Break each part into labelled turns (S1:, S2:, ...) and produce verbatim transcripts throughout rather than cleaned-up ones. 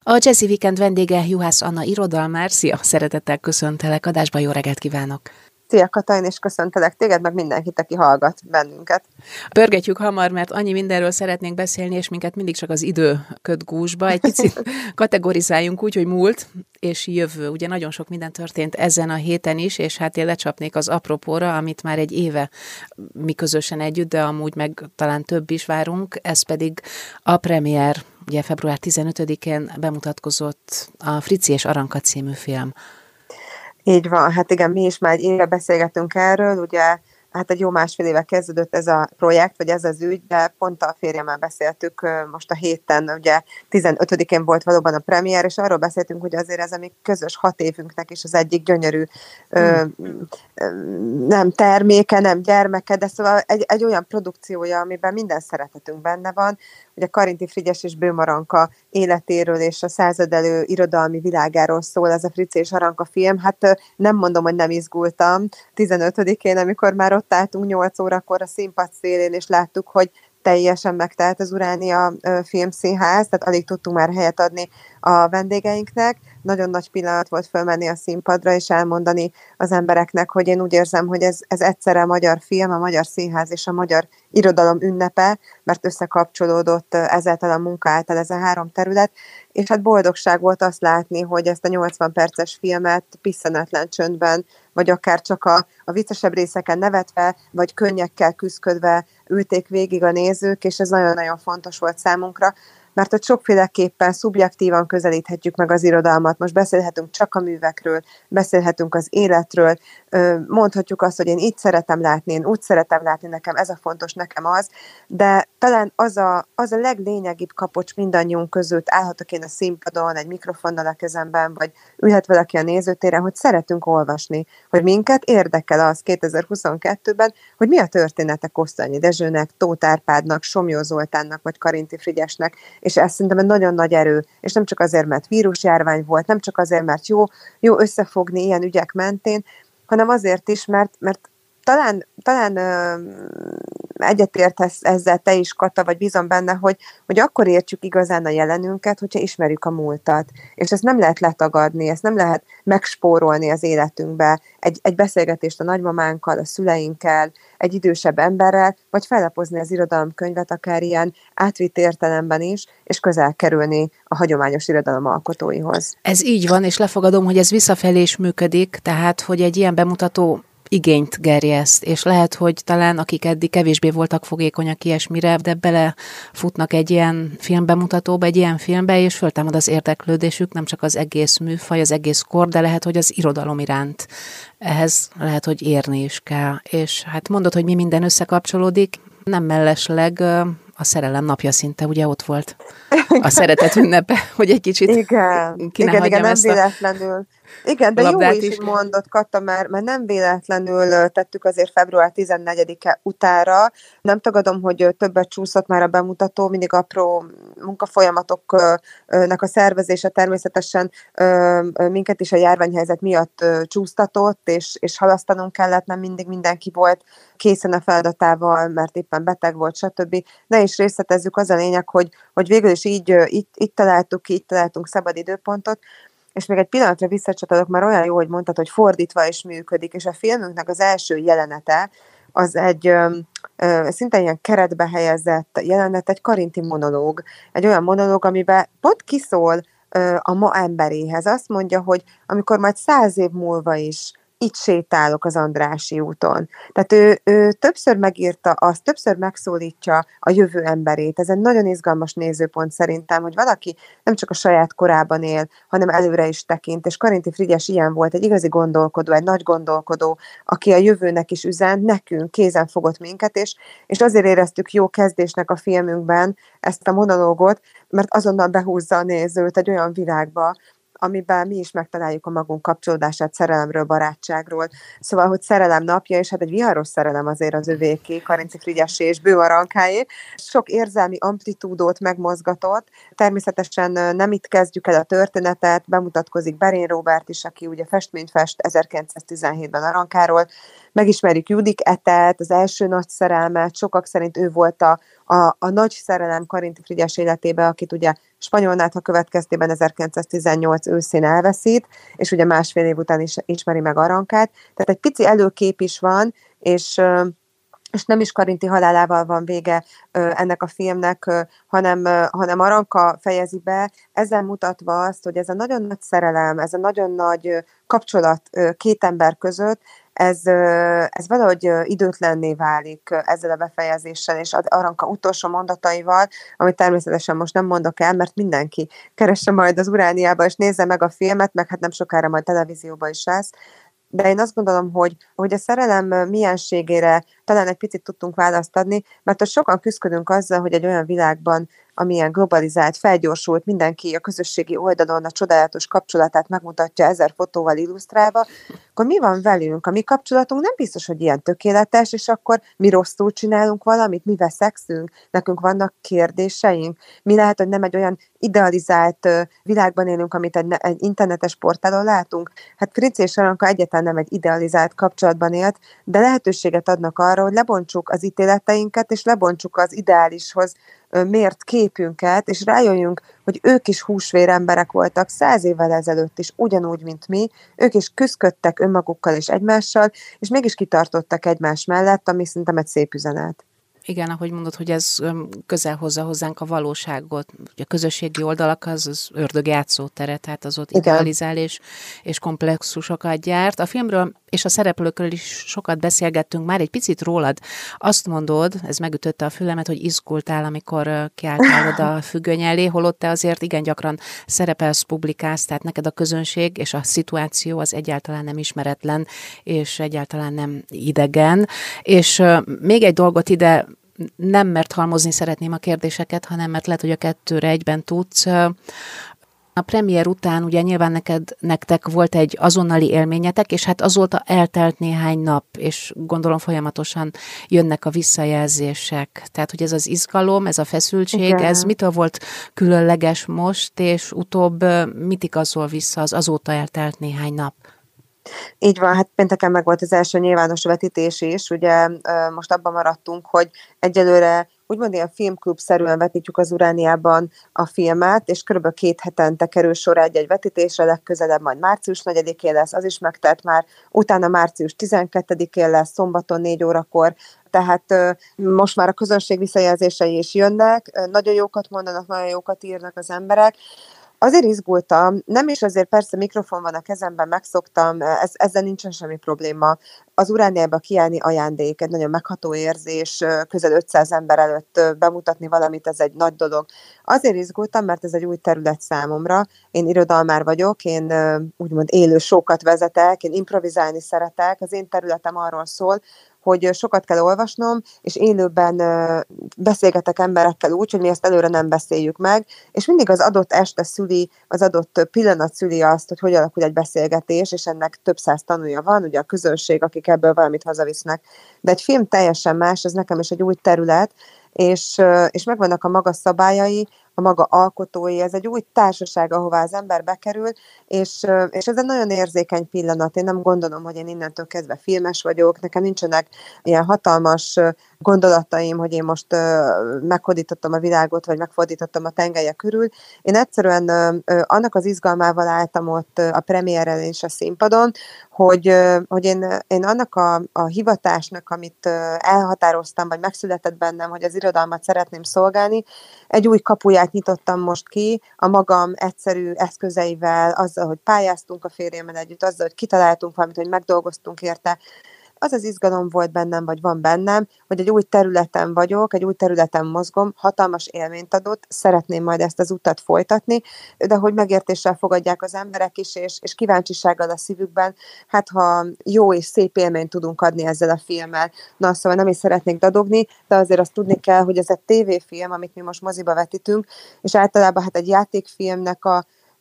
S1: A Jazzy Weekend vendége Juhász Anna irodalmár. Szia, szeretettel köszöntelek adásba, jó reggelt kívánok!
S2: Szia Katalin, és köszöntelek téged, meg mindenkit, aki hallgat bennünket.
S1: Pörgetjük hamar, mert annyi mindenről szeretnénk beszélni, és minket mindig csak az idő köt gúzsba. Egy picit kategorizáljunk úgy, hogy múlt és jövő. Ugye nagyon sok minden történt ezen a héten is, és hát én lecsapnék az apropóra, amit már egy éve mi közösen együtt, de amúgy meg talán több is várunk, ez pedig a premier. Ugye február tizenötödikén bemutatkozott a Frici és Aranka című film.
S2: Így van, hát igen, mi is már egy éve beszélgetünk erről, ugye hát egy jó másfél éve kezdődött ez a projekt, vagy ez az ügy, de pont a férjemmel beszéltük most a héten, ugye tizenötödikén volt valóban a premier, és arról beszéltünk, hogy azért ez a mi közös hat évünknek is az egyik gyönyörű hmm. ö, nem terméke, nem gyermeke, de szóval egy, egy olyan produkciója, amiben minden szeretetünk benne van. Ugye Karinthy Frigyes és Böhm Aranka életéről és a századelő irodalmi világáról szól ez a Frici és Aranka film. Hát nem mondom, hogy nem izgultam tizenötödikén, amikor már ott álltunk nyolc órakor a színpad szélén, és láttuk, hogy teljesen megtelt az Uránia Filmszínház, tehát alig tudtunk már helyet adni a vendégeinknek. Nagyon nagy pillanat volt fölmenni a színpadra, és elmondani az embereknek, hogy én úgy érzem, hogy ez, ez egyszerre a magyar film, a magyar színház és a magyar irodalom ünnepe, mert összekapcsolódott ezáltal a munka által ez a három terület, és hát boldogság volt azt látni, hogy ezt a nyolcvan perces filmet piszkennetlen csöndben, vagy akár csak a, a viccesebb részeken nevetve, vagy könnyekkel küszködve ülték végig a nézők, és ez nagyon-nagyon fontos volt számunkra, mert hogy sokféleképpen szubjektívan közelíthetjük meg az irodalmat. Most beszélhetünk csak a művekről, beszélhetünk az életről, mondhatjuk azt, hogy én így szeretem látni, én úgy szeretem látni, nekem ez a fontos, nekem az, de talán az a, az a leglényegibb kapocs mindannyiunk között, állhatok én a színpadon, egy mikrofonnal a kezemben, vagy ülhet valaki a nézőtéren, hogy szeretünk olvasni, hogy minket érdekel az kétezer-huszonkettőben, hogy mi a története Kosztolányi Dezsőnek, Tóth Árpádnak, Somlyó Zoltánnak, vagy Karinthy Frigyesnek, és ez szerintem egy nagyon nagy erő, és nem csak azért, mert vírusjárvány volt, nem csak azért, mert jó, jó összefogni ilyen ügyek mentén, hanem azért is, mert, mert talán, talán ö, egyetértesz ezzel te is, Kata, vagy bízom benne, hogy, hogy akkor értjük igazán a jelenünket, hogyha ismerjük a múltat. És ezt nem lehet letagadni, ezt nem lehet megspórolni az életünkbe. Egy, egy beszélgetést a nagymamánkkal, a szüleinkkel, egy idősebb emberrel, vagy fellapozni az irodalomkönyvet akár ilyen átvitt értelemben is, és közel kerülni a hagyományos irodalom alkotóihoz.
S1: Ez így van, és lefogadom, hogy ez visszafelé is működik, tehát, hogy egy ilyen bemutató igényt gerjeszt, és lehet, hogy talán akik eddig kevésbé voltak fogékonyak ilyesmire, de belefutnak egy ilyen filmbemutatóba, egy ilyen filmbe, és föltámad az érdeklődésük, nem csak az egész műfaj, az egész kor, de lehet, hogy az irodalom iránt. Ehhez lehet, hogy érni is kell. És hát mondod, hogy mi minden összekapcsolódik, nem mellesleg a szerelem napja szinte, ugye ott volt a szeretet ünnepe, hogy egy kicsit
S2: igen,
S1: ki ne
S2: igen, igen, nem
S1: ezt
S2: véletlenül. Igen, de jó is, is mondott, Kata, mert, mert nem véletlenül tettük azért február tizennegyedike utára. Nem tagadom, hogy többet csúszott már a bemutató, mindig apró munkafolyamatoknak a szervezése természetesen minket is a járványhelyzet miatt csúsztatott, és, és halasztanunk kellett, nem mindig mindenki volt készen a feladatával, mert éppen beteg volt, stb. Ne is részletezzük, az a lényeg, hogy, hogy végül is így, így, így találtuk, így találtunk szabad időpontot. És még egy pillanatra visszacsatolok, már olyan jó, hogy mondtad, hogy fordítva is működik, és a filmünknek az első jelenete, az egy ö, ö, szinte ilyen keretbe helyezett jelenet, egy Karinthy monológ, egy olyan monológ, amiben pont kiszól ö, a ma emberéhez. Azt mondja, hogy amikor majd száz év múlva is itt sétálok az Andrássy úton. Tehát ő, ő többször megírta azt, többször megszólítja a jövő emberét. Ez egy nagyon izgalmas nézőpont szerintem, hogy valaki nem csak a saját korában él, hanem előre is tekint, és Karinthy Frigyes ilyen volt, egy igazi gondolkodó, egy nagy gondolkodó, aki a jövőnek is üzen, nekünk kézen fogott minket, és, és azért éreztük jó kezdésnek a filmünkben ezt a monológot, mert azonnal behúzza a nézőt egy olyan világba, amiben mi is megtaláljuk a magunk kapcsolódását szerelemről, barátságról. Szóval, hogy szerelem napja, és hát egy viharos szerelem azért az övéké, Karinthy Frigyessé és Böhm Arankáé. Sok érzelmi amplitúdót megmozgatott. Természetesen nem itt kezdjük el a történetet, bemutatkozik Berén Róbert is, aki ugye festményt fest ezerkilencszáztizenhétben Arankáról, megismerjük Judik Etelt, az első nagy szerelmet, sokak szerint ő volt a, a, a nagy szerelem Karinti Frigyes életében, akit ugye spanyolnátha következtében ezerkilencszáztizennyolc őszén elveszít, és ugye másfél év után is ismeri meg Arankát. Tehát egy pici előkép is van, és és nem is Karinti halálával van vége ennek a filmnek, hanem, hanem Aranka fejezi be, ezzel mutatva azt, hogy ez a nagyon nagy szerelem, ez a nagyon nagy kapcsolat két ember között, ez, ez valahogy időtlenné válik ezzel a befejezéssel, és Aranka utolsó mondataival, amit természetesen most nem mondok el, mert mindenki keresse majd az Urániába, és nézze meg a filmet, meg hát nem sokára majd televízióban is lesz. De én azt gondolom, hogy, hogy a szerelem mienségére talán egy picit tudtunk választ adni, mert ott sokan küzdködünk azzal, hogy egy olyan világban, amilyen globalizált, felgyorsult, mindenki a közösségi oldalon a csodálatos kapcsolatát megmutatja ezer fotóval illusztrálva, akkor mi van velünk? A mi kapcsolatunk nem biztos, hogy ilyen tökéletes, és akkor mi rosszul csinálunk valamit, mi veszekszünk, nekünk vannak kérdéseink, mi lehet, hogy nem egy olyan idealizált világban élünk, amit egy, egy internetes portálon látunk. Hát Frici és Aranka egyáltalán nem egy idealizált kapcsolatban élt, de lehetőséget adnak arra, hogy lebontsuk az ítéleteinket, és lebontsuk az ideálishoz mért képünket, és rájöjjünk, hogy ők is húsvér emberek voltak száz évvel ezelőtt is, ugyanúgy, mint mi, ők is küszködtek önmagukkal és egymással, és mégis kitartottak egymás mellett, ami szerintem egy szép üzenet.
S1: Igen, ahogy mondod, hogy ez közel hozza hozzánk a valóságot. A közösségi oldalak az, az ördög játszótere, tehát az ott idealizál és, és komplexusokat gyárt. A filmről és a szereplőkről is sokat beszélgettünk, már egy picit rólad. Azt mondod, ez megütötte a fülemet, hogy izgultál, amikor kiálltál oda a függöny elé, holott te azért igen gyakran szerepelsz, publikálsz, tehát neked a közönség és a szituáció az egyáltalán nem ismeretlen, és egyáltalán nem idegen. És még egy dolgot ide nem mert halmozni szeretném a kérdéseket, hanem mert lehet, hogy a kettőre egyben tudsz. A premier után ugye nyilván neked, nektek volt egy azonnali élményetek, és hát azóta eltelt néhány nap, és gondolom folyamatosan jönnek a visszajelzések. Tehát, hogy ez az izgalom, ez a feszültség, igen. Ez mitől volt különleges most, és utóbb mit igazol vissza az azóta eltelt néhány nap?
S2: Így van, hát pénteken meg volt az első nyilvános vetítés is, ugye most abban maradtunk, hogy egyelőre úgymond ilyen filmklub-szerűen vetítjük az Urániában a filmet, és kb. két hetente kerül sor egy-egy vetítésre, legközelebb majd március negyedikén lesz, az is megtelt már, utána március tizenkettedikén lesz, szombaton négy órakor, tehát most már a közönség visszajelzései is jönnek, nagyon jókat mondanak, nagyon jókat írnak az emberek. Azért izgultam, nem is azért, persze mikrofon van a kezemben, megszoktam, ez, ezzel nincsen semmi probléma. Az Urániába kiállni ajándék, egy nagyon megható érzés, közel ötszáz ember előtt bemutatni valamit, ez egy nagy dolog. Azért izgultam, mert ez egy új terület számomra. Én irodalmár vagyok, én úgymond élő show-kat vezetek, én improvizálni szeretek, az én területem arról szól, hogy sokat kell olvasnom, és élőben beszélgetek emberekkel úgy, hogy mi ezt előre nem beszéljük meg, és mindig az adott este szüli, az adott pillanat szüli azt, hogy hogy alakul egy beszélgetés, és ennek több száz tanúja van, ugye a közönség, akik ebből valamit hazavisznek. De egy film teljesen más, ez nekem is egy új terület, és, és megvannak a maga szabályai, a maga alkotói, ez egy új társaság, ahová az ember bekerül, és, és ez egy nagyon érzékeny pillanat. Én nem gondolom, hogy én innentől kezdve filmes vagyok, nekem nincsenek ilyen hatalmas gondolataim, hogy én most meghódítottam a világot, vagy megfordítottam a tengelye körül. Én egyszerűen annak az izgalmával álltam ott a premiéren és a színpadon, hogy, hogy én, én annak a, a hivatásnak, amit elhatároztam, vagy megszületett bennem, hogy az irodalmat szeretném szolgálni, egy új kapuját nyitottam most ki a magam egyszerű eszközeivel, azzal, hogy pályáztunk a férjemmel együtt, azzal, hogy kitaláltunk valamit, hogy megdolgoztunk érte. Az az izgalom volt bennem, vagy van bennem, hogy egy új területen vagyok, egy új területen mozgom, hatalmas élményt adott, szeretném majd ezt az utat folytatni, de hogy megértéssel fogadják az emberek is, és, és kíváncsisággal a szívükben, hát ha jó és szép élményt tudunk adni ezzel a filmmel. Na, szóval nem is szeretnék dadogni, de azért azt tudni kell, hogy ez egy tévéfilm, amit mi most moziba vetítünk, és általában hát egy játékfilmnek a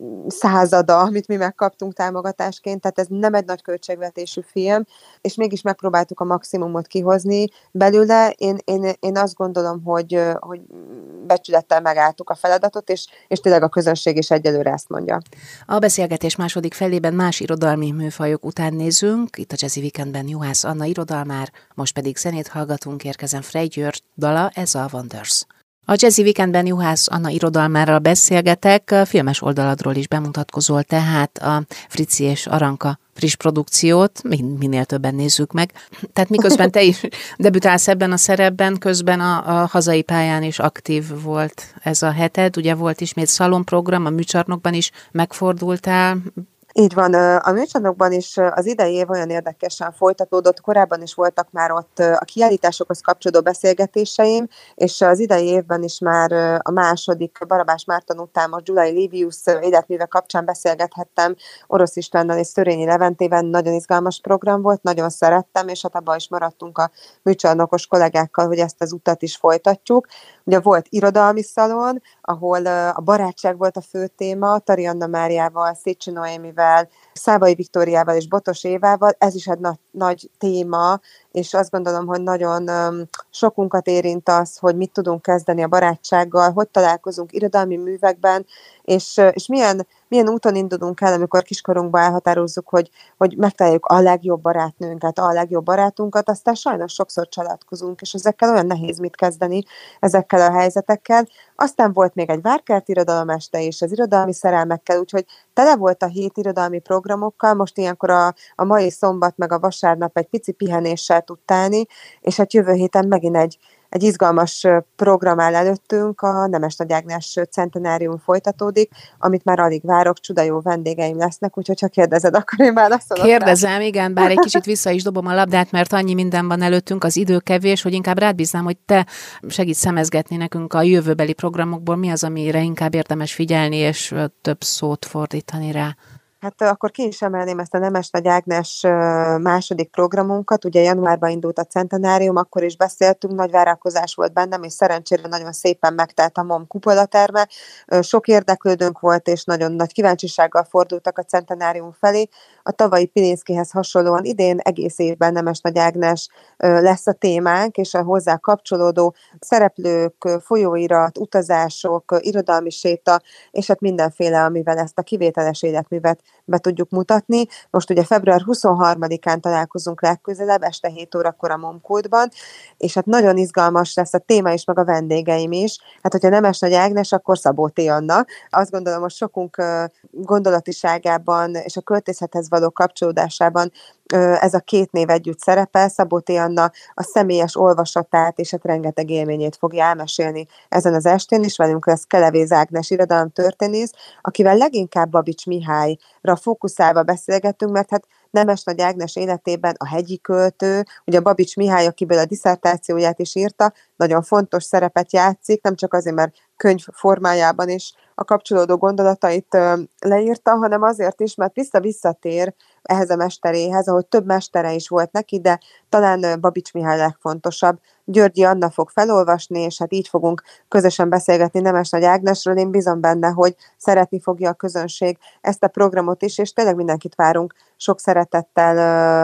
S2: százada, amit mi megkaptunk támogatásként, tehát ez nem egy nagy költségvetésű film, és mégis megpróbáltuk a maximumot kihozni belőle. Én, én, én azt gondolom, hogy, hogy becsülettel megálltuk a feladatot, és, és tényleg a közönség is egyelőre ezt mondja.
S1: A beszélgetés második felében más irodalmi műfajok után nézünk, itt a Jazzy Weekendben Juhász Anna irodalmár, most pedig zenét hallgatunk, érkezem Frey György dala, ez a Wonders. A Jazzy Weekendben Juhász Anna irodalmárral beszélgetek, filmes oldaladról is bemutatkozol, tehát a Frici és Aranka friss produkciót, minél többen nézzük meg. Tehát miközben te is debütálsz ebben a szerepben, közben a, a hazai pályán is aktív volt ez a heted, ugye volt ismét szalonprogram, a műcsarnokban is megfordultál.
S2: Így van, a műcsarnokban is az idei év olyan érdekesen folytatódott, korábban is voltak már ott a kiállításokhoz kapcsolódó beszélgetéseim, és az idei évben is már a második Barabás Márton után most Gyulai Livius életműve kapcsán beszélgethettem Orosz Istvánnal és Szörényi Leventével, nagyon izgalmas program volt, nagyon szerettem, és hát abban is maradtunk a műcsarnokos kollégákkal, hogy ezt az utat is folytatjuk. Ugye volt irodalmi szalon, ahol a barátság volt a fő téma, Tari Anna Máriával, Szécsi Noémivel, Szávai Viktóriával és Botos Évával, ez is egy nagy, nagy téma, és azt gondolom, hogy nagyon um, sokunkat érint az, hogy mit tudunk kezdeni a barátsággal, hogy találkozunk irodalmi művekben, és, és milyen, milyen úton indulunk el, amikor kiskorunkban elhatározzuk, hogy, hogy megtaláljuk a legjobb barátnőnket, a legjobb barátunkat, aztán sajnos sokszor családkozunk, és ezekkel olyan nehéz mit kezdeni, ezekkel a helyzetekkel. Aztán volt még egy várkert irodalomeste és az irodalmi szerelmekkel, úgyhogy tele volt a hét irodalmi programokkal, most ilyenkor a, a mai szombat meg a vasárnap egy pici pihenéssel tudtálni, és hát jövő héten megint egy, egy izgalmas program áll előttünk, a Nemes Nagy Ágnes centenárium folytatódik, amit már alig várok, csuda jó vendégeim lesznek, úgyhogy ha kérdezed, akkor én válaszolok.
S1: Kérdezem, rá. Igen, bár egy kicsit vissza is dobom a labdát, mert annyi minden van előttünk, az idő kevés, hogy inkább rád bíznám, hogy te segíts szemezgetni nekünk a jövőbeli programokból, mi az, amire inkább érdemes figyelni, és több szót fordítani rá.
S2: Hát akkor ki is emelném ezt a Nemes Nagy Ágnes második programunkat. Ugye januárban indult a centenárium, akkor is beszéltünk, nagy várakozás volt bennem, és szerencsére nagyon szépen megtelt a MOM kupolaterme. Sok érdeklődőnk volt, és nagyon nagy kíváncsisággal fordultak a centenárium felé. A tavalyi Pilinszkihez hasonlóan idén egész évben Nemes Nagy Ágnes lesz a témánk, és a hozzá kapcsolódó szereplők, folyóirat, utazások, irodalmi séta, és hát mindenféle, amivel ezt a kivételes életművet be tudjuk mutatni. Most ugye február huszonharmadikán találkozunk legközelebb, este hét órakor a Momkultban, és hát nagyon izgalmas lesz a téma is, meg a vendégeim is. Hát, hogyha Nemes Nagy Ágnes, akkor Szabó T. Anna. Azt gondolom, hogy sokunk gondolatiságában és a költészethez való kapcsolódásában ez a két név együtt szerepel. Szabó T. Anna a személyes olvasatát és hát rengeteg élményét fogja elmesélni ezen az estén, és velünk lesz Kelevéz Ágnes irodalomtörténész, akivel leginkább Babics Mihályra fókuszálva beszélgetünk, mert hát Nemes Nagy Ágnes életében a hegyi költő, ugye Babics Mihály, akiből a disszertációját is írta, nagyon fontos szerepet játszik, nem csak azért, mert könyv formájában is a kapcsolódó gondolatait leírta, hanem azért is, mert vissza-visszatér ehhez a mesteréhez, ahogy több mestere is volt neki, de talán Babics Mihály legfontosabb. Györgyi Anna fog felolvasni, és hát így fogunk közösen beszélgetni Nemes Nagy Ágnesről. Én bízom benne, hogy szeretni fogja a közönség ezt a programot is, és tényleg mindenkit várunk sok szeretettel,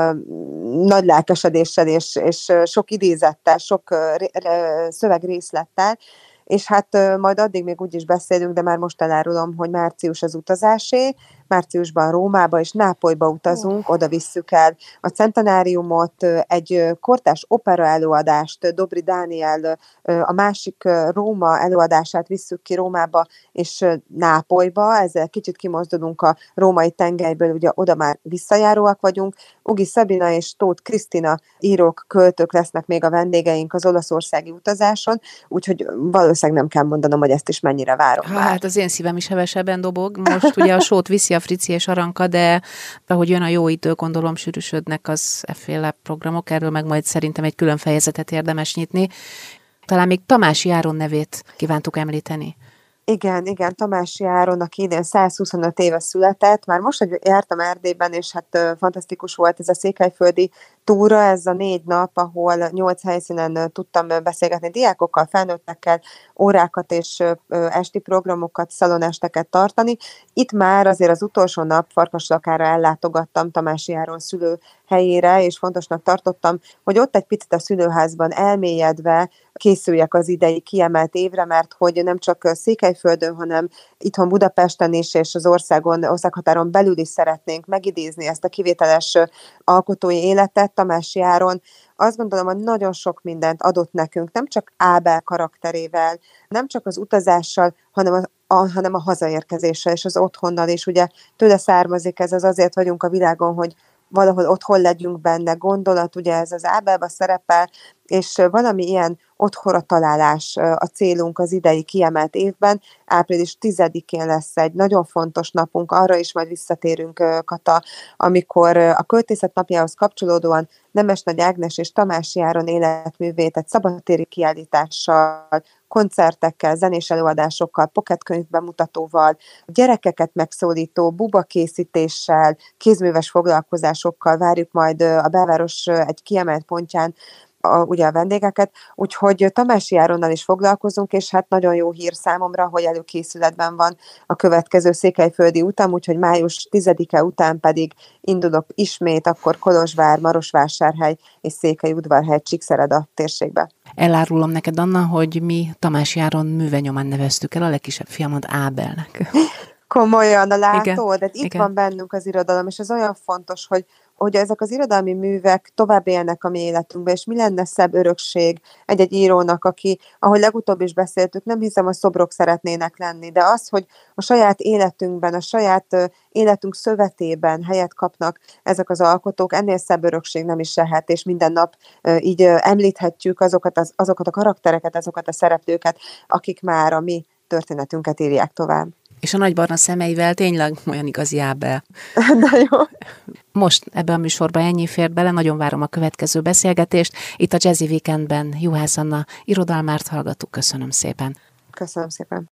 S2: nagy lelkesedéssel, és, és sok idézettel, sok szövegrészlettel, és hát majd addig még úgy is beszélünk, de már most elárulom, hogy március az utazásé, márciusban Rómába és Nápolyba utazunk, oda visszük el a centenáriumot, egy kortárs opera előadást, Dobri Dániel a másik Róma előadását visszük ki Rómába és Nápolyba, ezzel kicsit kimozdulunk a római tengelyből, ugye oda már visszajáróak vagyunk. Ugi Szabina és Tóth Krisztina írók, költők lesznek még a vendégeink az olaszországi utazáson, úgyhogy valószínűleg nem kell mondanom, hogy ezt is mennyire várom
S1: ha,
S2: már.
S1: Hát az én szívem is hevesebben dobog. Most ugye a sót viszi a Frici és Aranka, de ahogy jön a jó idő, gondolom sűrűsödnek az efféle programok, erről meg majd szerintem egy külön fejezetet érdemes nyitni. Talán még Tamási Áron nevét kívántuk említeni.
S2: Igen, igen, Tamási Áron, aki idén százhuszonöt éve született. Már most, hogy jártam Erdélyben, és hát ö, fantasztikus volt ez a székelyföldi túra, ez a négy nap, ahol nyolc helyszínen tudtam beszélgetni diákokkal, felnőttekkel, órákat és esti programokat, szalonesteket tartani. Itt már azért az utolsó nap Farkaslakára ellátogattam Tamási Áron szülő helyére, és fontosnak tartottam, hogy ott egy picit a szülőházban elmélyedve készüljek az idei kiemelt évre, mert hogy nem csak Székelyföldön, hanem itthon Budapesten is, és az országon, országhatáron belül is szeretnénk megidézni ezt a kivételes alkotói életet. Tamási Áron azt gondolom, hogy nagyon sok mindent adott nekünk, nem csak Ábel karakterével, nem csak az utazással, hanem a, a, hanem a hazaérkezéssel és az otthonnal, és ugye tőle származik ez, az azért vagyunk a világon, hogy valahol otthon legyünk benne, gondolat, ugye ez az Ábelba szerepel, és valami ilyen otthonra találás a célunk az idei kiemelt évben. április tizedikén lesz egy nagyon fontos napunk, arra is majd visszatérünk, Kata, amikor a költészet napjához kapcsolódóan Nemes Nagy Ágnes és Tamási Áron életművét egy szabadtéri kiállítással, koncertekkel, zenés előadásokkal, pocketkönyv bemutatóval, gyerekeket megszólító bubakészítéssel, kézműves foglalkozásokkal várjuk majd a belváros egy kiemelt pontján a, ugye a vendégeket, úgyhogy Tamási Áronnal is foglalkozunk, és hát nagyon jó hír számomra, hogy előkészületben van a következő székelyföldi utam, úgyhogy május tizedike után pedig indulok ismét, akkor Kolozsvár, Marosvásárhely és Székelyudvarhely, Csíkszereda térségbe.
S1: Elárulom neked, Anna, hogy mi Tamási Áron műve nyomán neveztük el a legkisebb fiamat Ábelnek.
S2: Komolyan, a látod, de itt
S1: igen.
S2: van bennünk az irodalom, és ez olyan fontos, hogy hogy ezek az irodalmi művek tovább élnek a mi életünkbe, és mi lenne szebb örökség egy-egy írónak, aki, ahogy legutóbb is beszéltük, nem hiszem, hogy szobrok szeretnének lenni, de az, hogy a saját életünkben, a saját életünk szövetében helyet kapnak ezek az alkotók, ennél szebb örökség nem is lehet, és minden nap így említhetjük azokat, az, azokat a karaktereket, azokat a szereplőket, akik már a mi történetünket írják tovább.
S1: És a nagybarna szemeivel tényleg olyan igazi Ábel.
S2: Na jó.
S1: Most ebben a műsorban ennyi fér bele, nagyon várom a következő beszélgetést. Itt a Jazzy Weekendben Juhász Anna irodalmárt hallgattuk, köszönöm szépen.
S2: Köszönöm szépen.